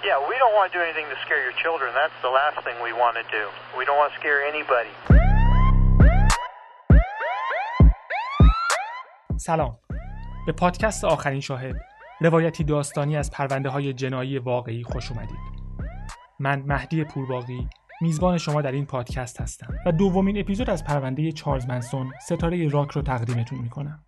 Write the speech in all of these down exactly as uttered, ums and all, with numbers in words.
Yeah, we don't want to do anything to scare your children. That's the last thing we want to do. We don't want to scare anybody. سلام. به پادکست آخرین شاهد، روایتی داستانی از پرونده‌های جنایی واقعی خوش اومدید. من مهدی پورباقی، میزبان شما در این پادکست هستم و دومین اپیزود از پرونده چارلز منسون، ستاره راک رو تقدیمتون میکنم.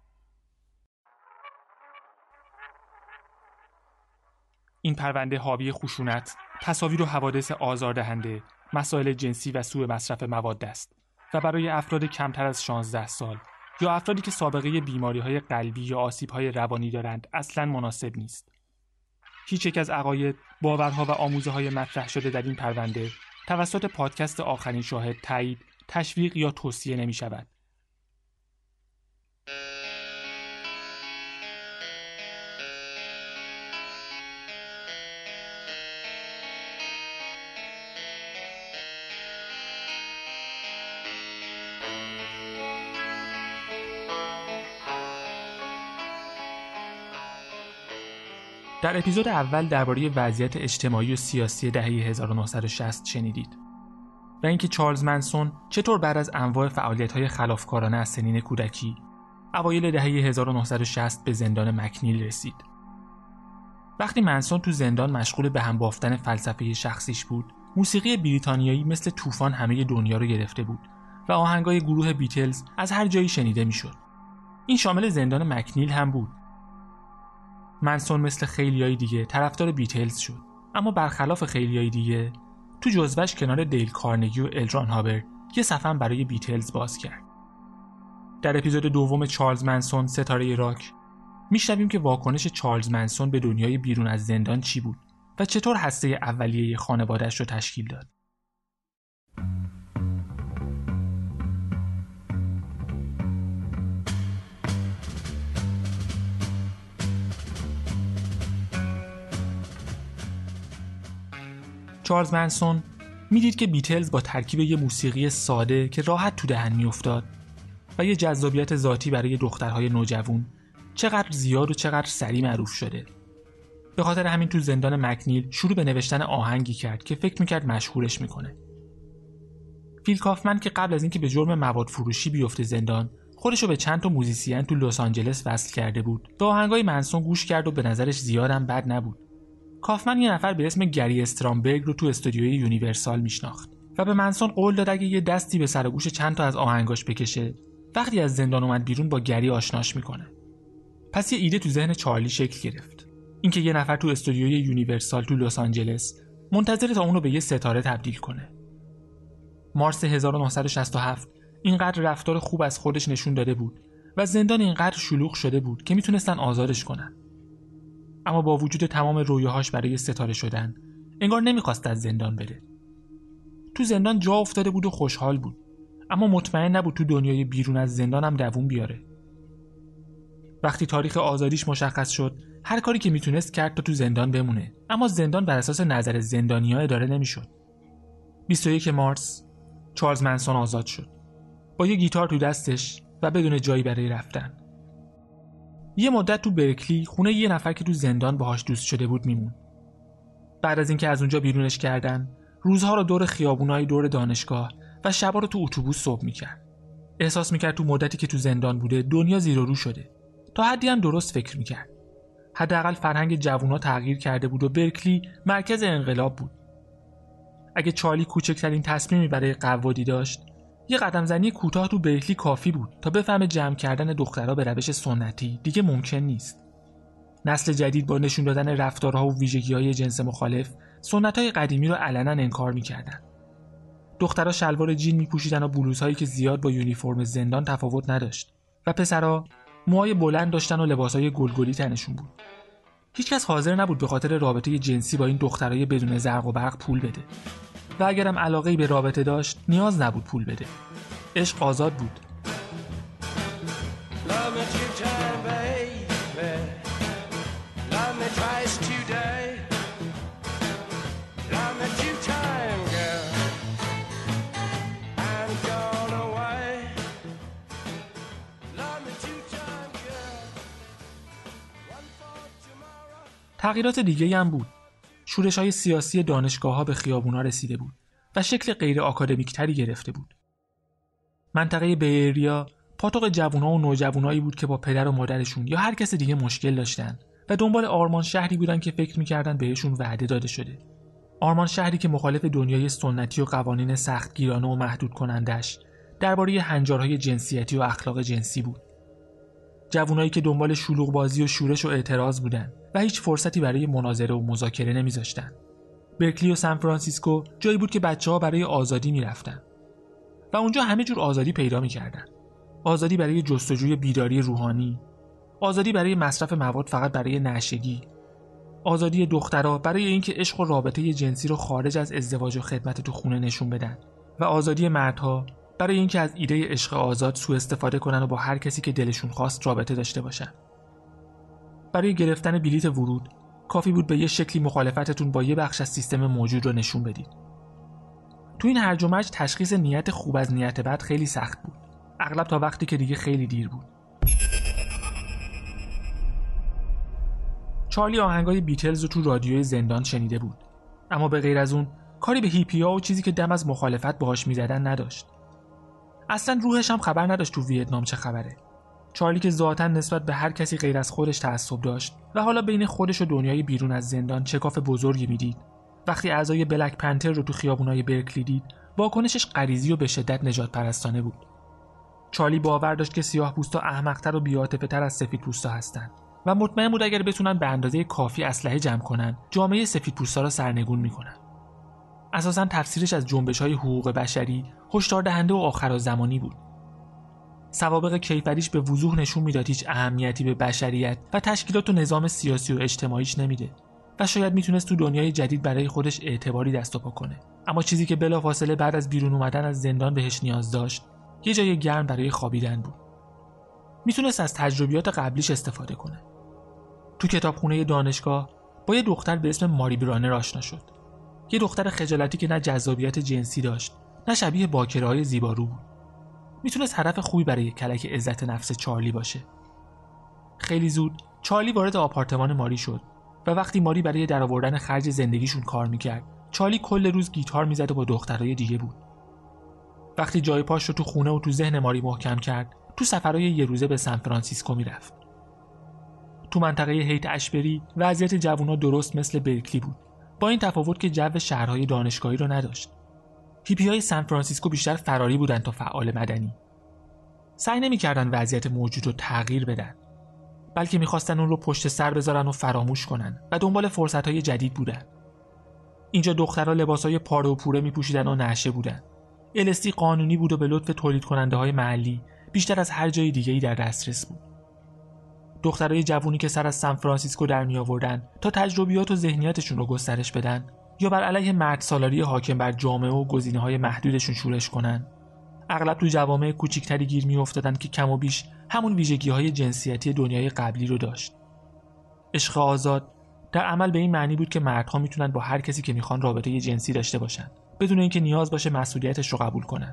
این پرونده حاوی خشونت، تصاویر و حوادث آزاردهنده، مسائل جنسی و سوء مصرف مواد است و برای افراد کمتر از شانزده سال یا افرادی که سابقه بیماری‌های قلبی یا آسیب‌های روانی دارند اصلاً مناسب نیست. هیچ یک از عقاید، باورها و آموزه‌های مطرح شده در این پرونده توسط پادکست آخرین شاهد تایید، تشویق یا توصیه نمی‌شود. در اپیزود اول درباره وضعیت اجتماعی و سیاسی دهه هزار و نهصد و شصت شنیدید و اینکه چارلز منسون چطور بعد از انواع فعالیت‌های خلافکارانه از سنین کودکی اوایل دهه هزار و نهصد و شصت به زندان مکنیل رسید. وقتی منسون تو زندان مشغول به هم بافتن فلسفه شخصیش بود، موسیقی بریتانیایی مثل طوفان همه دنیا رو گرفته بود و آهنگای گروه بیتلز از هر جایی شنیده میشد. این شامل زندان مکنیل هم بود. منسون مثل خیلیای دیگه طرفدار بیتلز شد، اما برخلاف خیلیای دیگه تو جزوه‌اش کنار دیل کارنگی و الران هابر یه صفحه برای بیتلز باز کرد. در اپیزود دوم چارلز منسون، ستاره راک، میشنویم که واکنش چارلز منسون به دنیای بیرون از زندان چی بود و چطور هسته اولیه خانواده‌اش رو تشکیل داد. چارلز منسون میدید که بیتلز با ترکیب یه موسیقی ساده که راحت تو دهن میافتاد و یه جذابیت ذاتی برای دخترهای نوجوان چقدر زیاد و چقدر سریع معروف شده. به خاطر همین تو زندان مکنیل شروع به نوشتن آهنگی کرد که فکر میکرد مشهورش میکنه. فیل کافمن که قبل از اینکه به جرم مواد فروشی بیفته زندان، خودشو به چند تا موزیسین تو لس آنجلس وصل کرده بود. به آهنگای منسون گوش کرد و به نظرش زیادم بد نبود. کافمن یه نفر به اسم گری استرامبرگ رو تو استودیوی یونیورسال میشناخت و به منسون قول داد اگه یه دستی به سر و گوش چند تا از آهنگاش بکشه، وقتی از زندان اومد بیرون با گری آشناش میکنه. پس یه ایده تو ذهن چارلی شکل گرفت. اینکه یه نفر تو استودیوی یونیورسال تو لس آنجلس منتظر تا اونو به یه ستاره تبدیل کنه. مارس هزار و نهصد و شصت و هفت اینقدر رفتار خوب از خودش نشون داده بود و زندان اینقدر شلوغ شده بود که میتونستن آزادش کنن. اما با وجود تمام رویاهاش برای ستاره شدن، انگار نمیخواست از زندان بره. تو زندان جا افتاده بود و خوشحال بود، اما مطمئن نبود تو دنیای بیرون از زندان هم دووم بیاره. وقتی تاریخ آزادیش مشخص شد، هر کاری که میتونست کرد تا تو زندان بمونه، اما زندان بر اساس نظر زندانی‌ها اداره نمیشد. بیست و یکم مارس چارلز منسون آزاد شد، با یه گیتار تو دستش و بدون جایی برای رفتن. یه مدت تو برکلی خونه یه نفر که تو زندان باهاش دوست شده بود میمون. بعد از اینکه از اونجا بیرونش کردن، روزها رو دور خیابونای دور دانشگاه و شبا رو تو اتوبوس صبح میکرد. احساس میکرد تو مدتی که تو زندان بوده دنیا زیر و رو شده. تا حدی هم درست فکر میکرد. حداقل فرهنگ جوونا تغییر کرده بود و برکلی مرکز انقلاب بود. اگه چارلی کوچکترین تصمیمی برای قوادی داشت، یه قدم زنی کوتاه تو برکلی کافی بود تا بفهمه جمع کردن دخترها به روش سنتی دیگه ممکن نیست. نسل جدید با نشون دادن رفتارها و ویژگی‌های جنس مخالف، سنت‌های قدیمی رو علنا انکار می‌کردن. دخترها شلوار جین می‌پوشیدن و بلوزهایی که زیاد با یونیفرم زندان تفاوت نداشت و پسرها موهای بلند داشتن و لباسای گلگلی تنشون بود. هیچکس حاضر نبود به خاطر رابطه جنسی با این دخترای بدون زرق و برق پول بده. و اگرم علاقه‌ای به رابطه داشت، نیاز نبود پول بده. عشق آزاد بود. تغییرات دیگه‌ای هم بود. شورش‌های سیاسی دانشگاه‌ها به خیابونا رسیده بود و شکل غیر آکادمیک‌تری گرفته بود. منطقه بی‌اریا پاتوق جوونا و نوجوانایی بود که با پدر و مادرشون یا هر کس دیگه مشکل داشتن و دنبال آرمان شهری بودن که فکر می‌کردن بهشون وعده داده شده. آرمان شهری که مخالف دنیای سنتی و قوانین سختگیرانه و محدود کنندش درباره هنجارهای جنسیتی و اخلاق جنسی بود. جوانایی که دنبال شلوغ بازی و شورش و اعتراض بودن و هیچ فرصتی برای مناظره و مذاکره نمیذاشتن. برکلی و سان فرانسیسکو جایی بود که بچه‌ها برای آزادی میرفتن و اونجا همه جور آزادی پیدا میکردن. آزادی برای جستجوی بیداری روحانی، آزادی برای مصرف مواد فقط برای نعشگی، آزادی دخترها برای اینکه عشق و رابطه جنسی رو خارج از ازدواج و خدمت تو خونه نشون بدن و آزادی مردها برای اینکه از ایده عشق آزاد سوء استفاده کنن و با هر کسی که دلشون خواست رابطه داشته باشن. برای گرفتن بلیت ورود کافی بود به یه شکلی مخالفتتون با یه بخش از سیستم موجود رو نشون بدید. تو این هرج و مرج تشخیص نیت خوب از نیت بد خیلی سخت بود. اغلب تا وقتی که دیگه خیلی دیر بود. چارلی آهنگای بیتلز رو تو رادیوی زندان شنیده بود، اما به غیر از اون کاری به هیپیا و چیزی که دم از مخالفت باهاش میزدن نداشت. اصلا روحش هم خبر نداشت تو ویتنام چه خبره. چارلی که ذاتاً نسبت به هر کسی غیر از خودش تعصب داشت و حالا بین خودش و دنیای بیرون از زندان چکاف بزرگی میدید، وقتی اعضای بلک پنتر رو تو خیابونای برکلی دید، واکنشش غریزی و به شدت نجات پرستانه بود. چارلی باور داشت که سیاه‌پوستا احمق‌تر و بی‌عاطفه‌تر از سفیدپوستا هستن و مطمئن بود اگر بتونن به اندازه کافی اسلحه جمع کنن، جامعه سفیدپوستا را سرنگون میکنن. اساساً تفسیرش از جنبش‌های حقوق بشری هشدار دهنده و آخرالزمانی بود. سوابق کیفریش به وضوح نشون میداد هیچ اهمیتی به بشریت و تشکیلات و نظام سیاسی و اجتماعیش نمیده و شاید میتونست تو دنیای جدید برای خودش اعتباری دست و پا کنه. اما چیزی که بلافاصله بعد از بیرون اومدن از زندان بهش نیاز داشت، یه جای گرم برای خوابیدن بود. میتونست از تجربیات قبلیش استفاده کنه. تو کتابخونه دانشگاه با یه دختر به اسم ماری برانر آشنا شد. یه دختر خجالتی که نه جذابیت جنسی داشت، نه شبیه باکره‌های زیبارو بود. میتونست هدف خوبی برای کلک عزت نفس چارلی باشه. خیلی زود چارلی وارد آپارتمان ماری شد و وقتی ماری برای درآوردن خرج زندگیشون کار میکرد، چارلی کل روز گیتار میزد و با دخترای دیگه بود. وقتی جای پاش رو تو خونه و تو ذهن ماری محکم کرد، تو سفرهای یه روزه به سان فرانسیسکو میرفت. تو منطقه هیت اشبری وضعیت جوونا درست مثل برکلی بود، با این تفاوت که جو شهرهای دانشگاهی رو نداشت. هیپیای سان فرانسیسکو بیشتر فراری بودن تا فعال مدنی. سعی نمی‌کردن وضعیت موجود رو تغییر بدن، بلکه می‌خواستن اون رو پشت سر بذارن و فراموش کنن و دنبال فرصت‌های جدید بودن. اینجا دخترها لباسای پاره و پوره می‌پوشیدن و نعشه بودن. ال اس دی قانونی بود و به لطف تولید کننده‌های محلی بیشتر از هر جای دیگه‌ای در دسترس بود. دخترای جوونی که سر از سان فرانسیسکو در می‌آوردن تا تجربیات و ذهنیتشون رو گسترش بدن یا بر علیه مرد سالاری حاکم بر جامعه و گزینه‌های محدودشون شورش کنن، اغلب تو جوامع کوچیک‌تری گیر می‌افتادن که کم و بیش همون ویژگی‌های جنسیتی دنیای قبلی رو داشت. عشق آزاد در عمل به این معنی بود که مردها میتونن با هر کسی که میخوان رابطه جنسی داشته باشن بدون اینکه نیاز باشه مسئولیتش رو قبول کنن.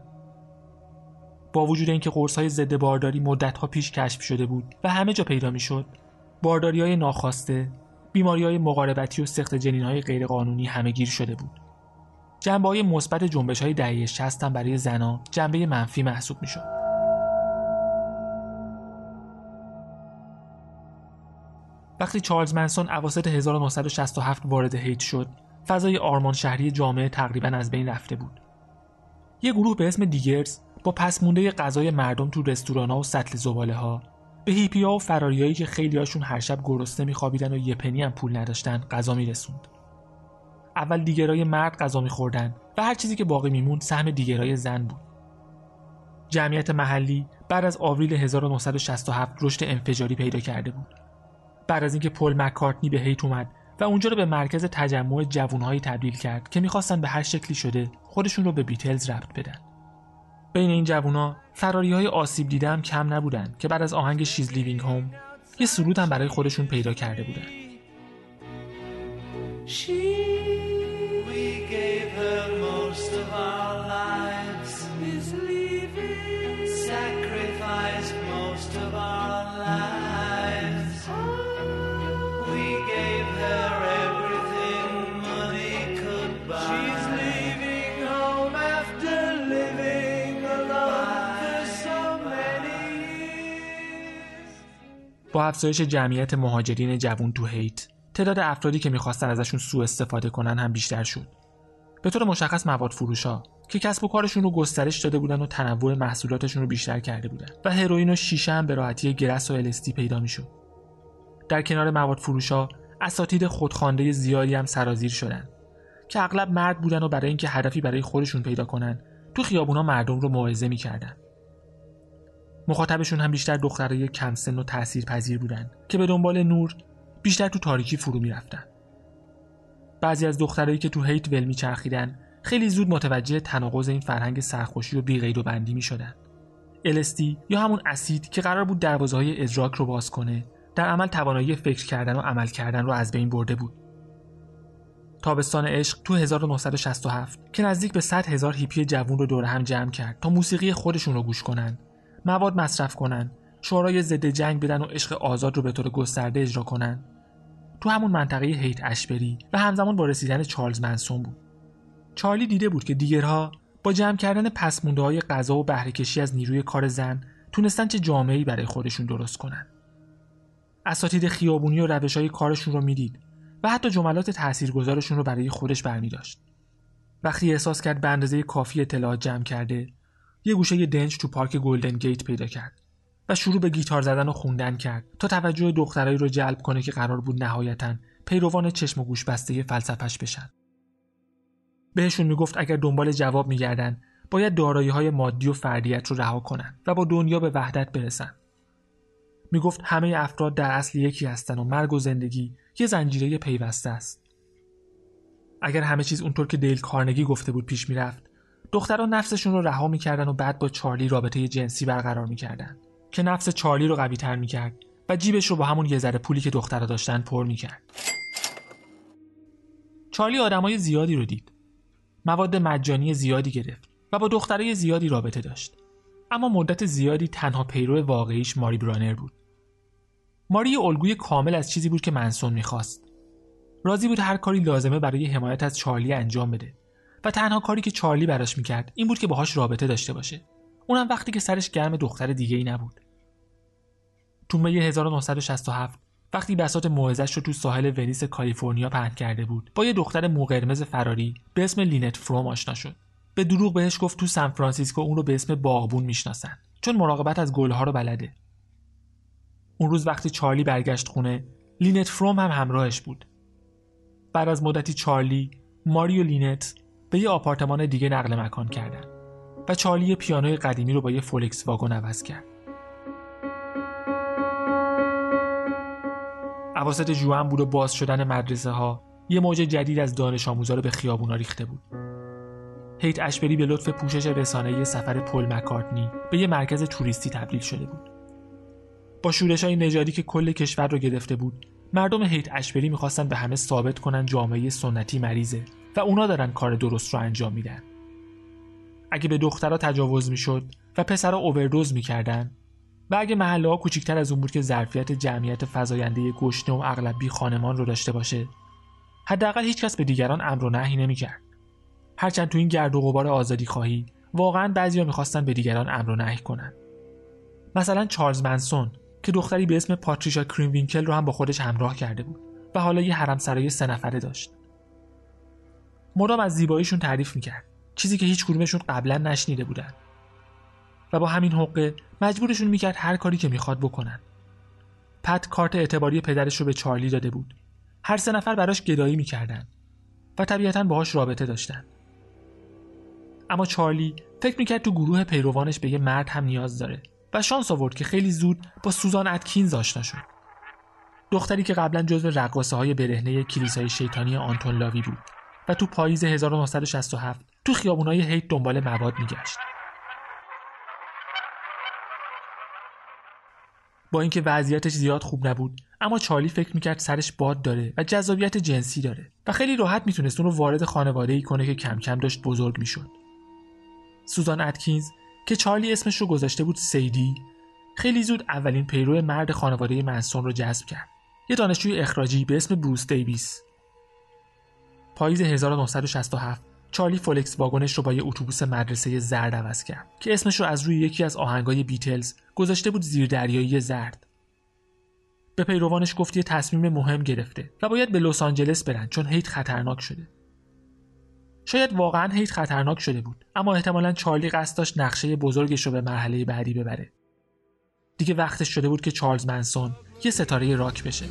با وجود اینکه قرص‌های ضد بارداری مدت‌ها پیش کشف شده بود و همه جا پیدا می‌شد، بارداری‌های ناخواسته، بیماری‌های مقاربتی و سقط جنین‌های غیرقانونی همه گیر شده بود. جنبه‌های مثبت جنبش‌های دهه شصت هم برای زنان جنبه منفی محسوب می‌شد. وقتی چارلز منسون اواسط هزار و نهصد و شصت و هفت وارد هیت شد، فضای آرمان شهری جامعه تقریباً از بین رفته بود. یه گروه به اسم دیگرز با پسمونده غذای مردم تو رستوران‌ها و سطل زباله‌ها به هیپی‌ها و فراریایی که خیلی‌هاشون هر شب گرسنه می‌خوابیدن و یه پنی هم پول نداشتن غذا می‌رسوند. اول دیگرای مرد غذا می‌خوردن و هر چیزی که باقی میموند سهم دیگرای زن بود. جمعیت محلی بعد از آوریل هزار و نهصد و شصت و هفت رشد انفجاری پیدا کرده بود. بعد از اینکه پل مکارتنی به هیت اومد و اونجا رو به مرکز تجمع جوانهایی تبدیل کرد که می‌خواستن به هر شکلی شده خودشون رو به بیتلز ربط بدن. بین این جوونا فراری‌های آسیب دیده هم کم نبودن که بعد از آهنگ شیز لیوینگ هوم یه سرود هم برای خودشون پیدا کرده بودن. با افزایش جمعیت مهاجرین جوان تو هیت، تعداد افرادی که می‌خواستن ازشون سوء استفاده کنن هم بیشتر شد. به طور مشخص مواد فروشا که کسب و کارشون رو گسترش داده بودن و تنوع محصولاتشون رو بیشتر کرده بودن و هروئین و شیشه هم به راحتی گرس و ال‌استی پیدا میشد. در کنار مواد فروشا، اساتید خودخوانده زیادی هم سرازیر شدن که اغلب مرد بودن و برای اینکه هدفی برای خودشون پیدا کنن، تو خیابونا مردم رو موعظه می‌کردن. مخاطبشون هم بیشتر دخترای کم سن و تاثیرپذیر بودن که به دنبال نور بیشتر تو تاریکی فرو می‌رفتن. بعضی از دخترایی که تو هیت ول میچرخیدن خیلی زود متوجه تناقض این فرهنگ سرخوشی و بی‌قید و بندی میشدن. ال‌استی یا همون اسید که قرار بود دروازه‌های ادراک رو باز کنه، در عمل توانایی فکر کردن و عمل کردن رو از بین برده بود. تابستان عشق تو هزار و نهصد و شصت و هفت که نزدیک به صد هزار هیپی جوون رو دور هم جمع کرد تا موسیقی خودشون رو گوش کنن، مواد مصرف کنن، شعارهای ضد جنگ بدن و عشق آزاد رو به طور گسترده اجرا کنن، تو همون منطقه هیت اشبری و همزمان با رسیدن چارلز منسون بود. چارلی دیده بود که دیگرها با جمع کردن پسمونده‌های غذا و بهره کشی از نیروی کار زن تونستن چه جامعه‌ای برای خودشون درست کنن. اساتید خیابونی و روش‌های کارشون رو میدید و حتی جملات تاثیرگذارشون رو برای خودش برمی‌داشت. وقتی احساس کرد به اندازه کافی اطلاعات جمع کرده، یه گوشه دنج تو پارک گلدن گیت پیدا کرد و شروع به گیتار زدن و خوندن کرد تا توجه دخترایی رو جلب کنه که قرار بود نهایتاً پیروان چشم و گوش بسته فلسفه‌اش بشن. بهشون میگفت اگر دنبال جواب میگردن باید دارایی‌های مادی و فردیت رو رها کنن و با دنیا به وحدت برسن. میگفت همه افراد در اصل یکی هستن و مرگ و زندگی یه زنجیره پیوسته است. اگر همه چیز اونطور که دیل کارنگی گفته بود پیش میرفت، دختران نفسشون رو رها میکردن و بعد با چارلی رابطه جنسی برقرار میکردن که نفس چارلی رو قوی تر میکرد و جیبش رو با همون یه ذره پولی که دخترها داشتن پر میکرد. چارلی آدمای زیادی رو دید، مواد مجانی زیادی گرفت و با دخترای زیادی رابطه داشت، اما مدت زیادی تنها پیرو واقعیش ماری برانر بود. ماری الگوی کامل از چیزی بود که منسون میخواست. راضی بود هر کاری لازمه برای حمایت از چارلی انجام بده و تنها کاری که چارلی براش میکرد این بود که باهاش رابطه داشته باشه، اونم وقتی که سرش گرم دختر دیگه ای نبود. تو می هزار و نهصد و شصت و هفت وقتی بساط موعظه‌اش رو تو ساحل ونیس کالیفرنیا پهن کرده بود، با یه دختر مو قرمز فراری به اسم لینت فروم آشنا شد. به دروغ بهش گفت تو سان فرانسیسکو اون رو به اسم باغبون میشناسن چون مراقبت از گل‌ها رو بلده. اون روز وقتی چارلی برگشت خونه، لینت فروم هم همراهش بود. بعد از مدتی چارلی، ماری و لینت به یه آپارتمان دیگه نقل مکان کردن و چارلی پیانوی قدیمی رو با یه فولکس واگن عوض کرد. اواسط ژوئن بود و باز شدن مدرسه ها یه موج جدید از دانش آموزا رو به خیابونا ریخته بود. هیت اشبری به لطف پوشش رسانه‌ای سفر پل مکارتنی به یه مرکز توریستی تبدیل شده بود. با شورش‌های نژادی که کل کشور رو گرفته بود، مردم هیت اشبری می‌خواستن به همه ثابت کنن جامعه سنتی مریضه و اونا دارن کار درست رو انجام میدن. اگه به دخترها تجاوز میشد و پسرها اووردوز میکردن و اگه محله‌ها کوچیک‌تر از اون بود که ظرفیت جمعیت فزاینده گشنه و اغلب بی خانمان رو داشته باشه، حداقل هیچ کس به دیگران امر و نهی نمی‌کرد. هرچند تو این گرد و غبار آزادی خواهی واقعاً بعضیا می‌خواستن به دیگران امر و نهی کنن. مثلا چارلز منسون که دختری به اسم پاتریشا کرینوینکل رو هم با خودش همراه کرده بود و حالا یه حرمسرای سه نفره داشت. مدام از زیباییشون تعریف می‌کرد، چیزی که هیچ کدومشون قبلا نشنیده بودن. و با همین حقه مجبورشون میکرد هر کاری که میخواد بکنن. پت کارت اعتباری پدرش رو به چارلی داده بود. هر سه نفر براش گدایی میکردن و طبیعتاً باهاش رابطه داشتن. اما چارلی فکر میکرد تو گروه پیروانش به یه مرد هم نیاز داره و شانس آورد که خیلی زود با سوزان اتکینز آشنا شد. دختری که قبلا جزو رقاصه‌های برهنه کلیسای شیطانی آنتون لاوی بود و تو پاییز هزار و نهصد و شصت و هفت تو خیابونای هیت دنبال مواد میگشت. با اینکه وضعیتش زیاد خوب نبود، اما چارلی فکر میکرد سرش باد داره و جذابیت جنسی داره و خیلی راحت میتونست اون رو وارد خانواده‌ای کنه که کم کم داشت بزرگ میشد. سوزان اتکینز که چارلی اسمش رو گذاشته بود سیدی، خیلی زود اولین پیرو مرد خانواده منسون رو جذب کرد. یه دانشجوی اخراجی به اسم بروس دیویس. پاییز هزار و نهصد و شصت و هفت چارلی فولکس واگنش رو با یه اتوبوس مدرسه زرد عوض کرد که اسمش رو از روی یکی از آهنگای بیتلز گذاشته بود زیردریایی زرد. به پیروانش گفت یه تصمیم مهم گرفته و باید به لس آنجلس برن چون هیت خطرناک شده. شاید واقعا هیت خطرناک شده بود، اما احتمالاً چارلی قصد داشت نقشه بزرگش رو به مرحله بعدی ببره. دیگه وقتش شده بود که چارلز منسون یه ستاره راک بشه.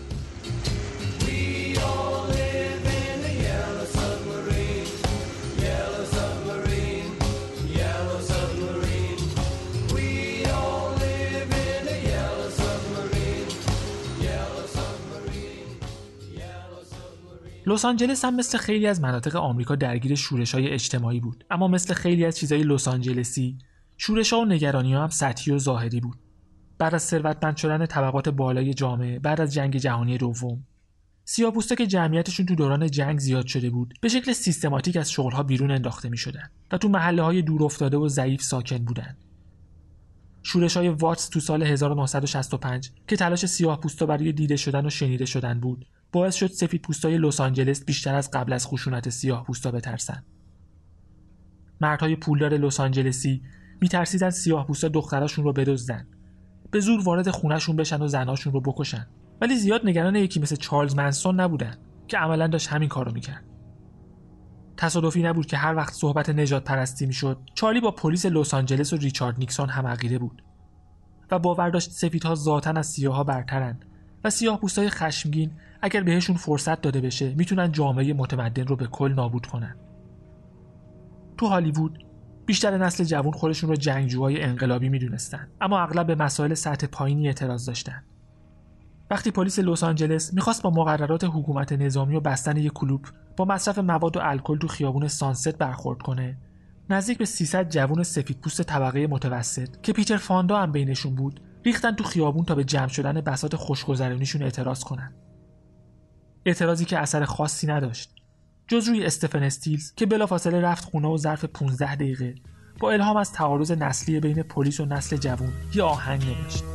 لس آنجلس هم مثل خیلی از مناطق آمریکا درگیر شورش‌های اجتماعی بود، اما مثل خیلی از چیزای لس آنجلسی، شورش‌ها و نگرانی‌ها هم سطحی و ظاهری بود. بعد از ثروتمند شدن طبقات بالای جامعه بعد از جنگ جهانی دوم، سیاه‌پوستا که جمعیتشون تو دوران جنگ زیاد شده بود، به شکل سیستماتیک از شغل‌ها بیرون انداخته می‌شدن و تو محله‌های دور افتاده و ضعیف ساکن بودن. شورش‌های واتس تو سال هزار و نهصد و شصت و پنج که تلاش سیاه‌پوستا برای دیده شدن و شنیده شدن بود، باعث شد سفیدپوستای لس آنجلس بیشتر از قبل از خشونت سیاه‌پوستا بترسن. مردهای پولدار لس آنجلسی می‌ترسیدن سیاه‌پوستا دختراشون رو بدزدن، به زور وارد خونه‌شون بشن و زناشون رو بکشن. ولی زیاد نگران یکی مثل چارلز منسون نبودن که عملاً داشت همین کارو می‌کرد. تصادفی نبود که هر وقت صحبت نجات پرستی می‌شد، چارلی با پلیس لس آنجلس و ریچارد نیکسون هم عقیده بود و باور داشت سفیدها ذاتاً از سیاه‌ها برترن و سیاه‌پوستای خشمگین اگر بهشون فرصت داده بشه میتونن جامعه متمدن رو به کل نابود کنن. تو هالیوود بیشتر نسل جوان خودشون رو جنگجوهای انقلابی میدونستن، اما اغلب به مسائل سطح پایینی اعتراض داشتن. وقتی پلیس لس آنجلس میخواست با مقررات حکومت نظامی و بستن یک کلوب با مصرف مواد و الکل تو خیابون سانست برخورد کنه، نزدیک به سیصد جوان سفیدپوست طبقه متوسط که پیتر فاندا هم بینشون بود، ریختن تو خیابون تا به جمع شدن بساط خوشگذرونیشون اعتراض کنن. اعتراضی که اثر خاصی نداشت جز روی استفن استیلز که بلافاصله رفت خونه و ظرف پانزده دقیقه با الهام از تعارض نسلی بین پلیس و نسل جوان یه آهنگ نوشت.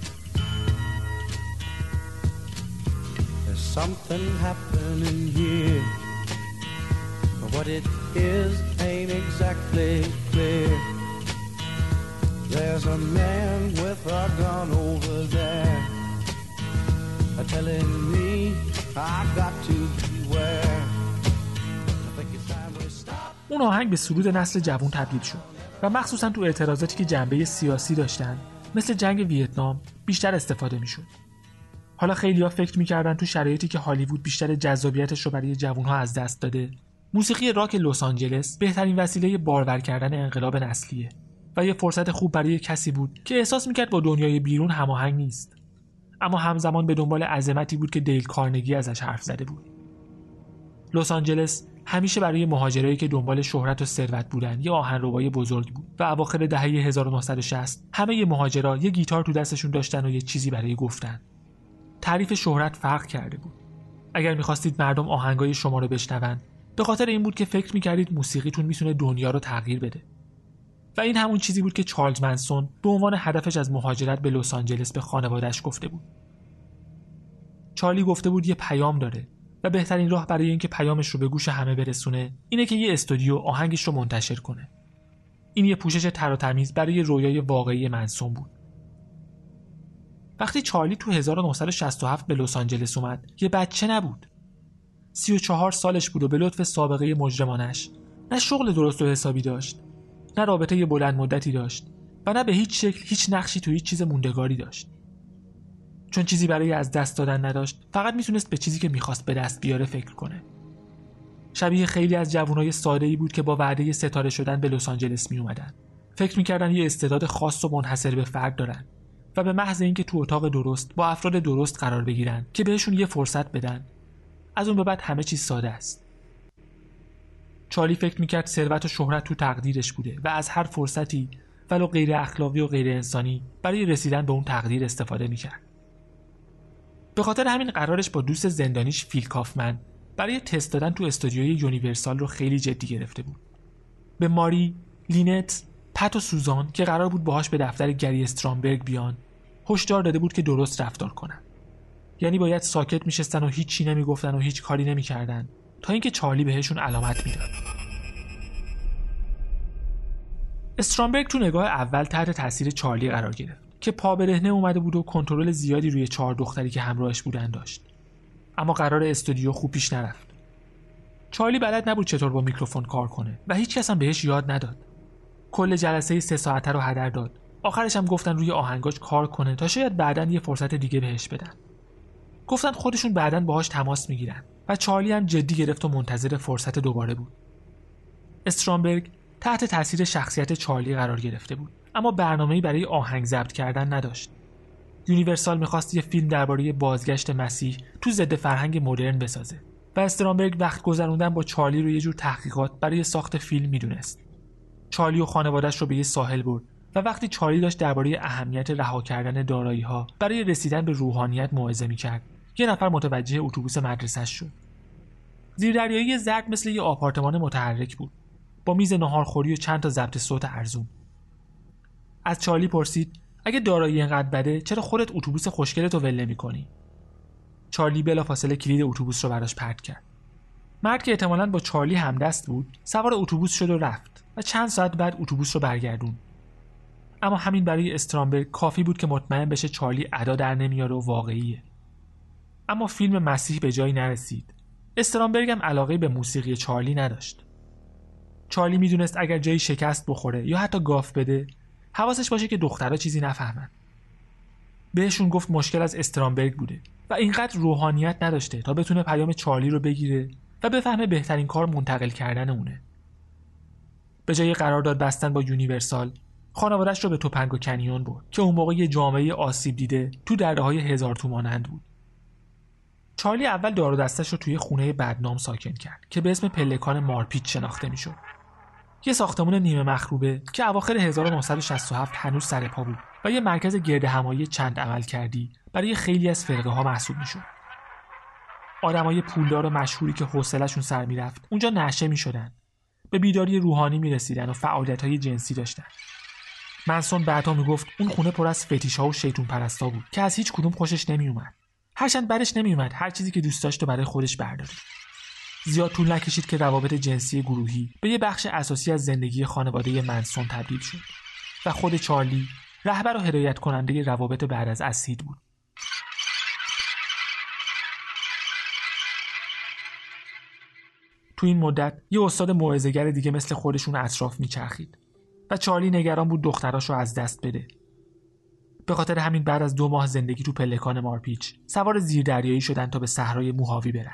Something happening here, but what it is ain't exactly clear. There's a man with a gun over there, telling me I've got to beware. I think it's time we stop. اون آهنگ به سرود نسل جوان تبدیل شد و مخصوصا تو اعتراضاتی که جنبه سیاسی داشتن مثل جنگ ویتنام بیشتر استفاده میشد. حالا خیلی‌ها فکر می‌کردن تو شرایطی که هالیوود بیشتر جذابیتش رو برای جوان‌ها از دست داده، موسیقی راک لس آنجلس بهترین وسیله بارور کردن انقلاب نسلیه و یه فرصت خوب برای کسی بود که احساس می‌کرد با دنیای بیرون هماهنگ نیست، اما همزمان به دنبال عظمتی بود که دیل کارنگی ازش حرف زده بود. لس آنجلس همیشه برای مهاجرایی که دنبال شهرت و ثروت بودن یه آهنربای بزرگ بود و اواخر دهه هزار و نهصد و شصت همه مهاجرا یه گیتار تو دستشون داشتن و یه چیزی برای گفتن. تعریف شهرت فرق کرده بود. اگر می‌خواستید مردم آهنگای شما رو بشنون، به خاطر این بود که فکر می‌کردید موسیقیتون میتونه دنیا رو تغییر بده. و این همون چیزی بود که چارلز منسون به عنوان هدفش از مهاجرت به لس آنجلس به خانواده‌اش گفته بود. چارلی گفته بود یه پیام داره و بهترین راه برای اینکه پیامش رو به گوش همه برسونه اینه که یه استودیو آهنگش رو منتشر کنه. این یه پوشش تر و تمیز برای رویای واقعی منسون بود. وقتی چارلی تو هزار و نهصد و شصت و هفت به لس آنجلس اومد، یه بچه نبود. سی و چهار سالش بود و به لطف سابقه مجرمانش نه شغل درست و حسابی داشت، نه رابطه بلند مدتی داشت و نه به هیچ شکل هیچ نقشی تو هیچ چیز موندگاری داشت. چون چیزی برای از دست دادن نداشت، فقط میتونست به چیزی که میخواست به دست بیاره فکر کنه. شبیه خیلی از جوانای ساده‌ای بود که با وعده ستاره شدن به لس آنجلس می اومدن. فکر میکردن یه استعداد خاص و منحصر به فرد دارن و به محض اینکه تو اتاق درست با افراد درست قرار بگیرن که بهشون یه فرصت بدن، از اون به بعد همه چیز ساده است. چارلی فکر میکرد ثروت و شهرت تو تقدیرش بوده و از هر فرصتی ولو غیر اخلاقی و غیر انسانی برای رسیدن به اون تقدیر استفاده میکرد. به خاطر همین قرارش با دوست زندانیش فیل کافمن برای تست دادن تو استودیوی یونیورسال رو خیلی جدی گرفته بود. به ماری، لینت، پت و سوزان که قرار بود باهاش به دفتر گری استرامبرگ بیان، هشدار داده بود که درست رفتار کنن. یعنی باید ساکت میشستن و هیچی نمیگفتن و هیچ کاری نمیکردن تا اینکه چارلی بهشون علامت میداد. استرامبرگ تو نگاه اول تحت تاثیر چارلی قرار گرفت که پا برهنه اومده بود و کنترل زیادی روی چهار دختری که همراهش بودن داشت. اما قرار استودیو خوب پیش نرفت. چارلی بلد نبود چطور با میکروفون کار کنه و هیچ کس هم بهش یاد نداد. کل جلسه سه ساعته رو هدر داد. آخرش هم گفتن روی آهنگاش کار کنه تا شاید بعداً یه فرصت دیگه بهش بدن. گفتن خودشون بعداً باهاش تماس میگیرن و چارلی هم جدی گرفت و منتظر فرصت دوباره بود. استرامبرگ تحت تاثیر شخصیت چارلی قرار گرفته بود، اما برنامه‌ای برای آهنگ ضبط کردن نداشت. یونیورسال می‌خواست یه فیلم درباره بازگشت مسیح تو ضد فرهنگ مدرن بسازه و استرامبرگ وقت گذروندن با چارلی رو یه جور تحقیقات برای ساخت فیلم میدونست. چارلی و خانواده‌اش رو به یه ساحل برد و وقتی چارلی داشت درباره اهمیت رها کردن دارایی‌ها برای رسیدن به روحانیت موعظه می‌کرد، یه نفر متوجه اتوبوس مدرسه‌اش شد. زیردریایی زرد مثل یه آپارتمان متحرک بود، با میز ناهارخوری و چند تا ضبط صوت ارزون. از چارلی پرسید اگه دارایی اینقدر بده چرا خودت اتوبوس خوشگلتو ول نمی‌کنی؟ چارلی بلافاصله کلید اتوبوس رو براش پرت کرد. مرد که احتمالاً با چارلی همدست بود، سوار اتوبوس شد و رفت و چند ساعت بعد اتوبوس رو برگردون. اما همین برای استرامبرگ کافی بود که مطمئن بشه چارلی ادا در نمیاره و واقعیه. اما فیلم مسیح به جایی نرسید. استرامبرگ هم علاقه به موسیقی چارلی نداشت. چارلی میدونست اگر جایی شکست بخوره یا حتی گاف بده، حواسش باشه که دخترها چیزی نفهمن. بهشون گفت مشکل از استرامبرگ بوده و اینقدر روحانیت نداشته تا بتونه پیام چارلی رو بگیره و بفهمه بهترین کار منتقل کردن اونه. به جای قرارداد بستن با یونیورسال، خانواده‌اش رو به توپنگ و کنیون برد که اون موقع یه جامعه آسیب دیده تو دره‌های هزار تومانند بود. چارلی اول دار و دستش رو توی خونه بدنام ساکن کرد که به اسم پلکان مارپیچ شناخته میشد. یه ساختمان نیمه مخروبه که اواخر هزار و نهصد و شصت و هفت هنوز سر پا بود و یه مرکز گردهمایی چند عمل کردی برای خیلی از فرقه ها محسوب میشد. آدمای پولدار و مشهوری که حوصله‌شون سر میرفت اونجا نشه میشدن، به بیداری روحانی میرسیدن و فعالیت‌های جنسی داشتن. منسون بعدا میگفت اون خونه پر از فتیش‌ها و شیطون پرستا بود که از هیچ کدوم خوشش نمیومد. هرچند برش نمیومد هر چیزی که دوست داشت برای خودش برداره. زیاد طول نکشید که روابط جنسی گروهی به یه بخش اساسی از زندگی خانواده منسون تبدیل شد و خود چارلی رهبر و هدایت کننده روابط بعد از اسید بود. تو این مدت یه استاد موعظه‌گر دیگه مثل خودشون اطراف میچرخید و چارلی نگران بود دختراشو از دست بده. به خاطر همین بعد از دو ماه زندگی تو پلکان مارپیچ سوار زیردریایی شدن تا به صحرای موهاوی برن.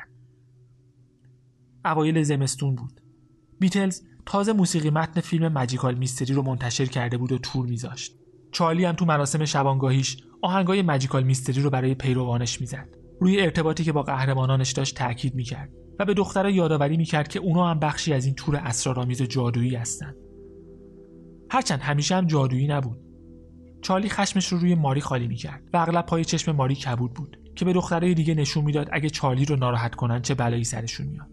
اوایل زمستون بود. بیتلز تازه موسیقی متن فیلم ماجیکال میستری رو منتشر کرده بود و تور میذاشت. چارلی هم تو مراسم شبانگاهیش آهنگای ماجیکال میستری رو برای پیروانش میزد. روی ارتباطی که با قهرمانانش داشت تاکید میکرد و به دخترها یادآوری میکرد که اونا هم بخشی از این تور اسرارآمیز جادویی هستن. هرچند همیشه هم جادویی نبود. چارلی خشمش رو روی ماری خالی میکرد و اغلب پای چشم ماری کبود بود که به دخترای دیگه نشون میداد اگه چارلی رو ناراحت کنن چه بلایی سرشون میاد.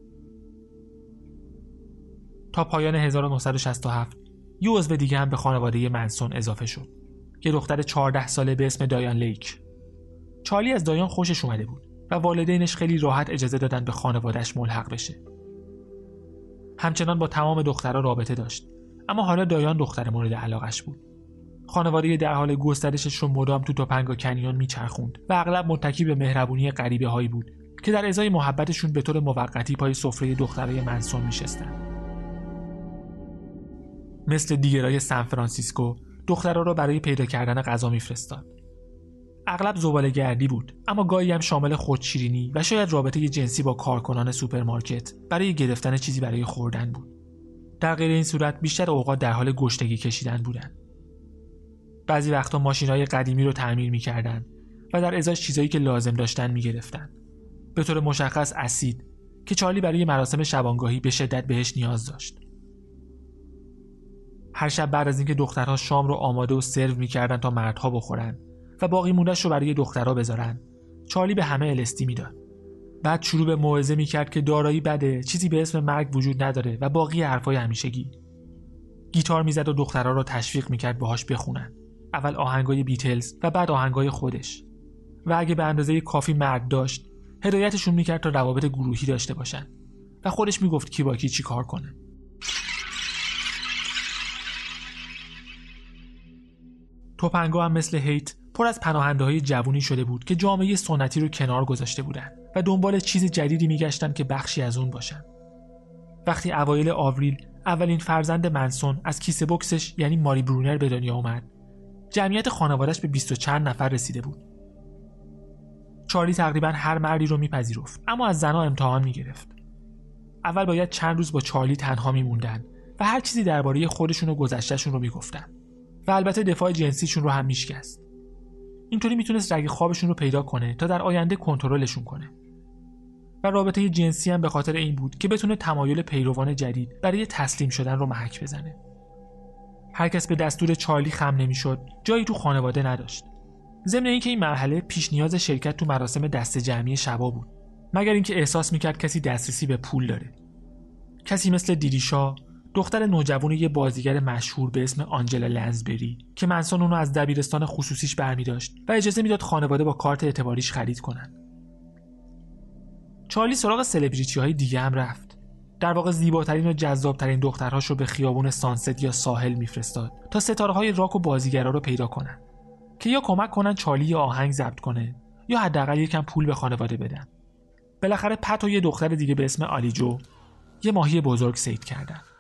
تا پایان هزار و نهصد و شصت و هفت یه عضو دیگه هم به خانواده منسون اضافه شد، یه دختر چهارده ساله به اسم دایان لیک. چارلی از دایان خوشش اومده بود و والدینش خیلی راحت اجازه دادن به خانواده‌اش ملحق بشه. همچنان با تمام دخترها رابطه داشت، اما حالا دایان دختر مورد علاقش بود. خانواده در حال گسترشش رو مدام تو توپنگ و کنیون میچرخوند و اغلب متکی به مهربونی غریبه هایی بود که در ازای محبتشون به طور موقتی پای سفره دخترای منسون میشستن. مثل دیگرای سان فرانسیسکو دخترها رو برای پیدا کردن غذا میفرستاد. اغلب زباله‌گردی بود، اما گاهی هم شامل خودشیرینی و شاید رابطه جنسی با کارکنان سوپرمارکت برای گرفتن چیزی برای خوردن بود. در غیر این صورت بیشتر اوقات در حال گشنگی کشیدن بودن. بعضی وقتا ماشین‌های قدیمی رو تعمیر می‌کردن و در ازاش چیزایی که لازم داشتن می‌گرفتن. به طور مشخص اسید که چارلی برای مراسم شبانگاهی به شدت بهش نیاز داشت. هر شب بعد از اینکه دخترها شام رو آماده و سرو می‌کردن تا مردها بخورن و باقی مونده‌اش رو برای دخترها بذارن، چارلی به همه الستی میداد. بعد شروع به موعظه می‌کرد که دارایی بده، چیزی به اسم مرگ وجود نداره و باقی حرفای همیشگی. گیتار میزد و دخترها رو تشویق می‌کرد باهاش بخونن. اول آهنگای بیتلز و بعد آهنگای خودش. و اگه به اندازه کافی مرد داشت، هدایتشون می‌کرد تا روابط گروهی داشته باشن و خودش میگفت کی با کی چی کار کنه. توپنگا هم مثل هیت پر از پناهنده‌های جوونی شده بود که جامعه سنتی رو کنار گذاشته بودن و دنبال چیز جدیدی میگشتن که بخشی از اون باشن. وقتی اوایل آوریل اولین فرزند منسون از کیسه بوکسش یعنی ماری برونر به دنیا اومد، جمعیت خانواده‌اش به بیست و چند نفر رسیده بود. چارلی تقریباً هر مردی رو میپذیرفت، اما از زنها امتحان میگرفت. اول باید چند روز با چارلی تنها میموندن و هر چیزی درباره خودشون و گذشتهشون رو میگفتن و البته دفاع جنسیشون رو هم میشکست. اینطوری میتونست رگ خوابشون رو پیدا کنه تا در آینده کنترلشون کنه. و رابطه جنسی هم به خاطر این بود که بتونه تمایل پیروان جدید برای تسلیم شدن رو محک بزنه. هر کس به دستور چارلی خم نمیشد، جایی تو خانواده نداشت. ضمن اینکه این مرحله پیش نیاز شرکت تو مراسم دسته جمعی شبا بود، مگر اینکه احساس میکرد کسی دسترسی به پول داره. کسی مثل دیریشا، دختر نوجوان یه بازیگر مشهور به اسم آنجلا لنزبری که منسون اونو از دبیرستان خصوصیش برمی داشت و اجازه میداد خانواده با کارت اعتباریش خرید کنن. چارلی سراغ سلبریتی های دیگه هم رفت. در واقع زیباترین و جذابترین دخترهاش رو به خیابون سانست یا ساحل میفرستاد تا ستاره های راک و بازیگرا رو پیدا کنن که یا کمک کنن چارلی یه آهنگ ضبط کنه یا حداقل یکم پول به خانواده بدن. بالاخره پت و یه دختر دیگه به اسم آلیجو یه ماهی بزرگ صید کردن.